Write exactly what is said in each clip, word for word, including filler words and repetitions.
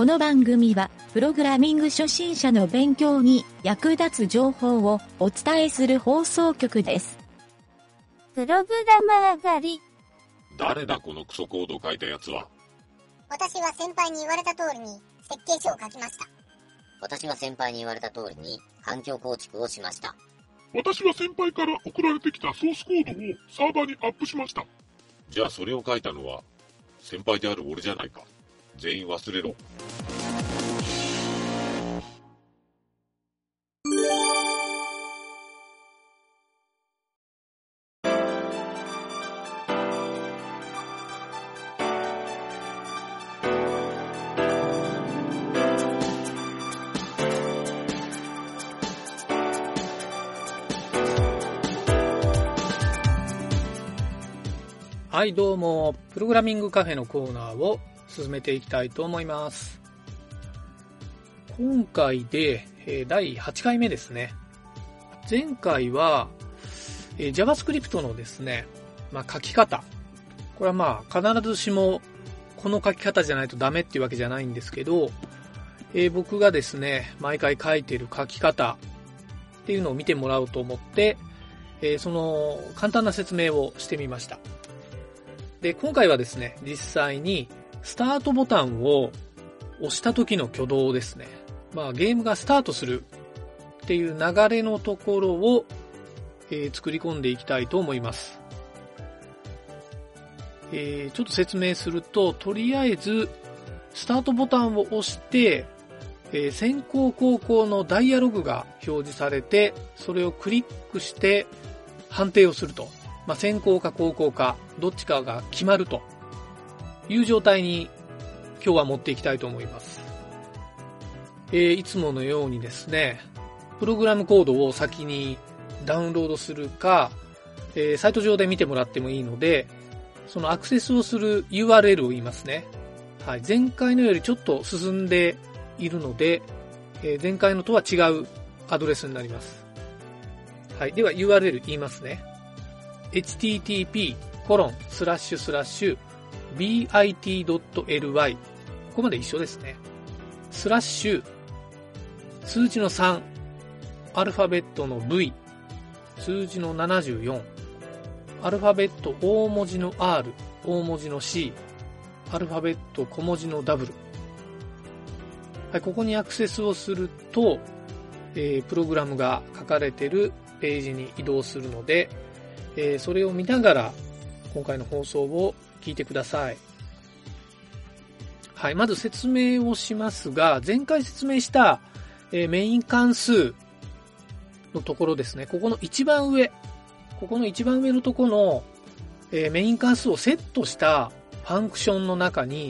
の番組はプログラミング初心者の勉強に役立つ情報をお伝えする放送局です。 プログラマー狩り。 誰だこのクソコードを書いたやつは。 私は先輩に言われた通りに設計書を書きました。 私は先輩に言われた通りに環境構築をしました。 私は先輩から送られてきたソースコードをサーバーにアップしました。 じゃあそれを書いたのは先輩である俺じゃないか。全員忘れろ。 はい、どうもプログラミングカフェのコーナーを進めていきたいと思います。今回で、えー、だいはちかいめですね。前回は、えー、JavaScript のですね、まあ、書き方。これはまあ必ずしもこの書き方じゃないとダメっていうわけじゃないんですけど、えー、僕がですね毎回書いている書き方っていうのを見てもらおうと思って、えー、その簡単な説明をしてみました。で、今回はですね、実際にスタートボタンを押した時の挙動ですね。まあゲームがスタートするっていう流れのところを、えー、作り込んでいきたいと思います。えー、ちょっと説明すると、とりあえずスタートボタンを押して、えー、先行後攻のダイアログが表示されて、それをクリックして判定をすると。まあ、先行か後攻かどっちかが決まるという状態に今日は持っていきたいと思います。えー、いつものようにですね、プログラムコードを先にダウンロードするか、えー、サイト上で見てもらってもいいので、そのアクセスをする ユーアールエル を言いますね。はい、前回のよりちょっと進んでいるので、えー、前回のとは違うアドレスになります。はい、では ユーアールエル 言いますね。エイチティーティーピーコロンスラッシュスラッシュビーアイティードットエルワイ ここまで一緒ですね。スラッシュ数字のさんアルファベットの V 数字のななじゅうよんアルファベット大文字の R 大文字の C アルファベット小文字の W。 はい、ここにアクセスをすると、えー、プログラムが書かれているページに移動するので、えー、それを見ながら今回の放送を聞いてください。はい、まず説明をしますが、前回説明した、えー、メイン関数のところですね。ここの一番上、ここの一番上のところの、えー、メイン関数をセットしたファンクションの中に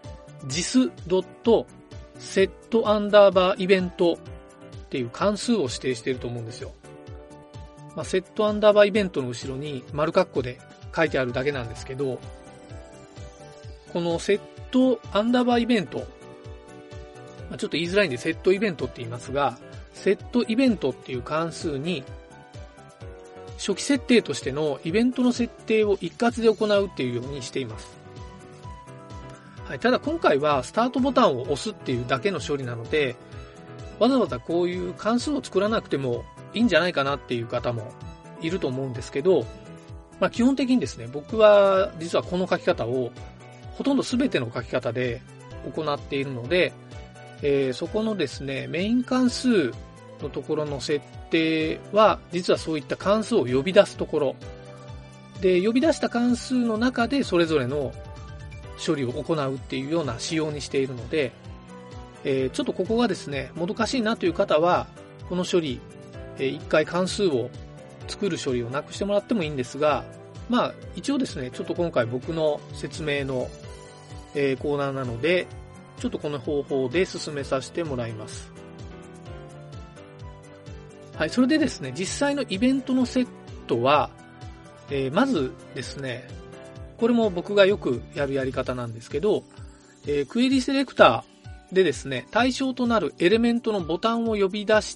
jis.set アンダーバーイベントっていう関数を指定していると思うんですよ。まあ、セットアンダーバーイベントの後ろに丸括弧で書いてあるだけなんですけど、このセットアンダーバーイベント、まあ、ちょっと言いづらいんでセットイベントって言いますが、セットイベントっていう関数に初期設定としてのイベントの設定を一括で行うっていうようにしています。はい、ただ今回はスタートボタンを押すっていうだけの処理なので、わざわざこういう関数を作らなくてもいいんじゃないかなっていう方もいると思うんですけど、まあ基本的にですね、僕は実はこの書き方をほとんど全ての書き方で行っているので、えー、そこのですね、メイン関数のところの設定は実はそういった関数を呼び出すところで、呼び出した関数の中でそれぞれの処理を行うっていうような仕様にしているので、えー、ちょっとここがですね、もどかしいなという方はこの処理一回関数を作る処理をなくしてもらってもいいんですが、まあ一応ですね、ちょっと今回僕の説明の、えー、コーナーなので、ちょっとこの方法で進めさせてもらいます。はい、それでですね、実際のイベントのセットは、えー、まずですね、これも僕がよくやるやり方なんですけど、えー、クエリセレクターでですね、対象となるエレメントのボタンを呼び出して、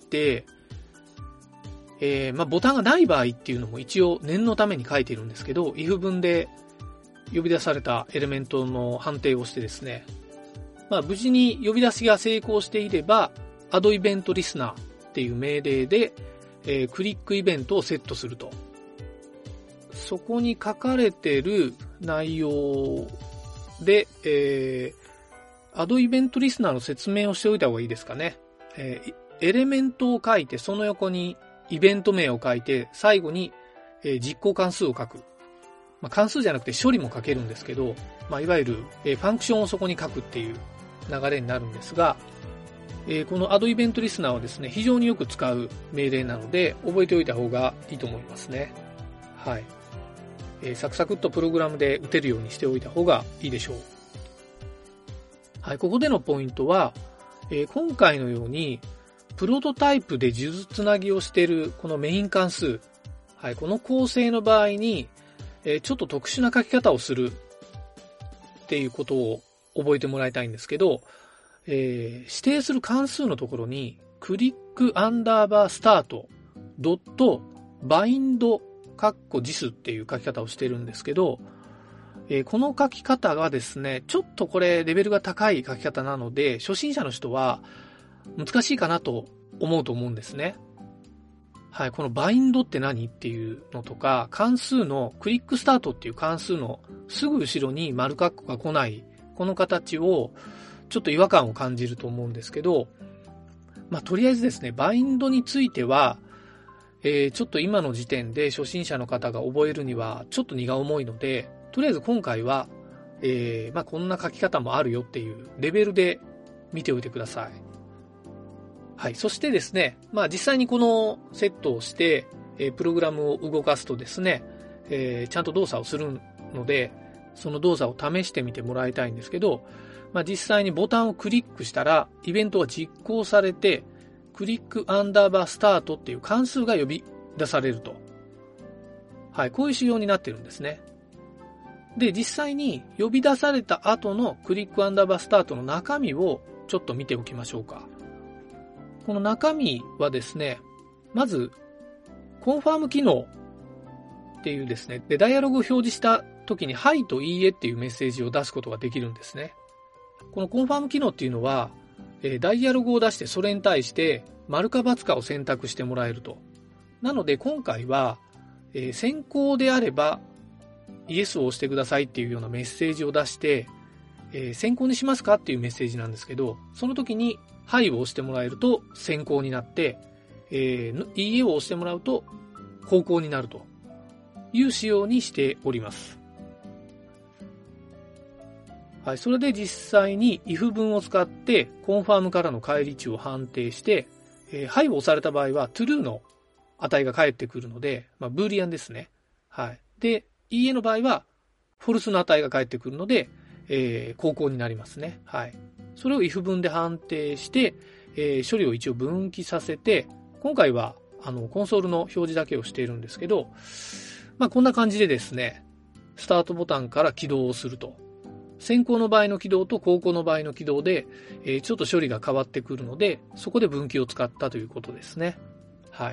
えー、まあ、ボタンがない場合っていうのも一応念のために書いているんですけど、if 文で呼び出されたエレメントの判定をしてですね、 まあ、無事に呼び出しが成功していれば、アドイベントリスナーっていう命令で、えー、クリックイベントをセットすると。そこに書かれている内容で、えー、アドイベントリスナーの説明をしておいた方がいいですかね。えー、エレメントを書いて、その横にイベント名を書いて、最後に、えー、実行関数を書く。まあ、関数じゃなくて処理も書けるんですけど、まあ、いわゆる、えー、ファンクションをそこに書くっていう流れになるんですが、えー、このアドイベントリスナーはですね、非常によく使う命令なので、覚えておいた方がいいと思いますね。はい。えー、サクサクっとプログラムで打てるようにしておいた方がいいでしょう。はい、ここでのポイントは、えー、今回のように、プロトタイプで数珠つなぎをしているこのメイン関数、はい、この構成の場合に、えー、ちょっと特殊な書き方をするっていうことを覚えてもらいたいんですけど、えー、指定する関数のところに、クリックアンダーバースタート、ドット、バインド、カッコジスっていう書き方をしてるんですけど、えー、この書き方がですね、ちょっとこれレベルが高い書き方なので、初心者の人は難しいかなと思うと思うんですね。はい、このバインドって何っていうのとか、関数のクリックスタートっていう関数のすぐ後ろに丸カッコが来ない、この形をちょっと違和感を感じると思うんですけど、まあ、とりあえずですね、バインドについては、えー、ちょっと今の時点で初心者の方が覚えるにはちょっと荷が重いので、とりあえず今回は、えー、まあ、こんな書き方もあるよっていうレベルで見ておいてください。はい。そしてですね、まあ、実際にこのセットをして、えー、プログラムを動かすとですね、えー、ちゃんと動作をするので、その動作を試してみてもらいたいんですけど、まあ、実際にボタンをクリックしたら、イベントが実行されて、クリックアンダーバースタートっていう関数が呼び出されると。はい。こういう仕様になってるんですね。で、実際に呼び出された後のクリックアンダーバースタートの中身をちょっと見ておきましょうか。この中身はですね、まず、コンファーム機能っていうですね、で、ダイアログを表示した時に、はいといいえっていうメッセージを出すことができるんですね。このコンファーム機能っていうのは、えー、ダイアログを出してそれに対して丸か×かを選択してもらえると。なので今回は、えー、先行であればイエスを押してくださいっていうようなメッセージを出して、えー、先行にしますかっていうメッセージなんですけど、その時にはいを押してもらえると先行になって、えー、いいえを押してもらうと後行になるという仕様にしております。はい、それで実際に if 文を使ってコンファームからの返り値を判定して、えー、はいを押された場合は true の値が返ってくるので、まあ、ブーリアンですね。はい。で、いいえの場合は false の値が返ってくるので、えー、後行になりますね。はい。それを if 文で判定して、えー、処理を一応分岐させて、今回はあのコンソールの表示だけをしているんですけど、まあ、こんな感じでですね、スタートボタンから起動をすると。先行の場合の起動と後行の場合の起動で、えー、ちょっと処理が変わってくるので、そこで分岐を使ったということですね。はい。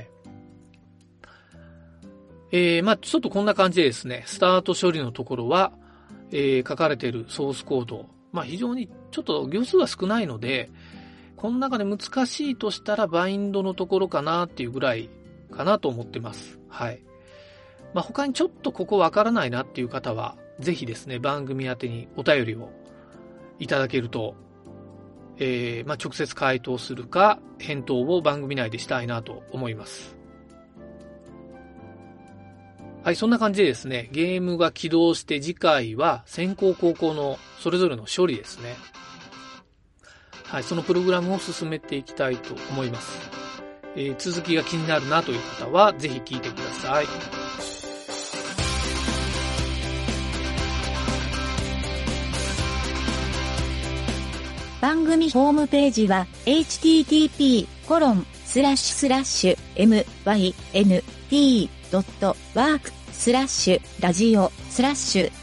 えー、まあちょっとこんな感じでですね、スタート処理のところは、えー、書かれているソースコード、まあ非常にちょっと行数が少ないので、この中で難しいとしたらバインドのところかなっていうぐらいかなと思ってます。はい。まあ他にちょっとここわからないなっていう方は、ぜひですね、番組宛てにお便りをいただけると、えー、まあ、直接回答するか、返答を番組内でしたいなと思います。はい、そんな感じでですね、ゲームが起動して次回は先行後攻のそれぞれの処理ですね。はい、そのプログラムを進めていきたいと思います。えー、続きが気になるなという方は、ぜひ聞いてください。 番組ホームページは エイチティーティーピーコロンスラッシュスラッシュエムワイエヌティードットワークスラッシュラジオスラッシュ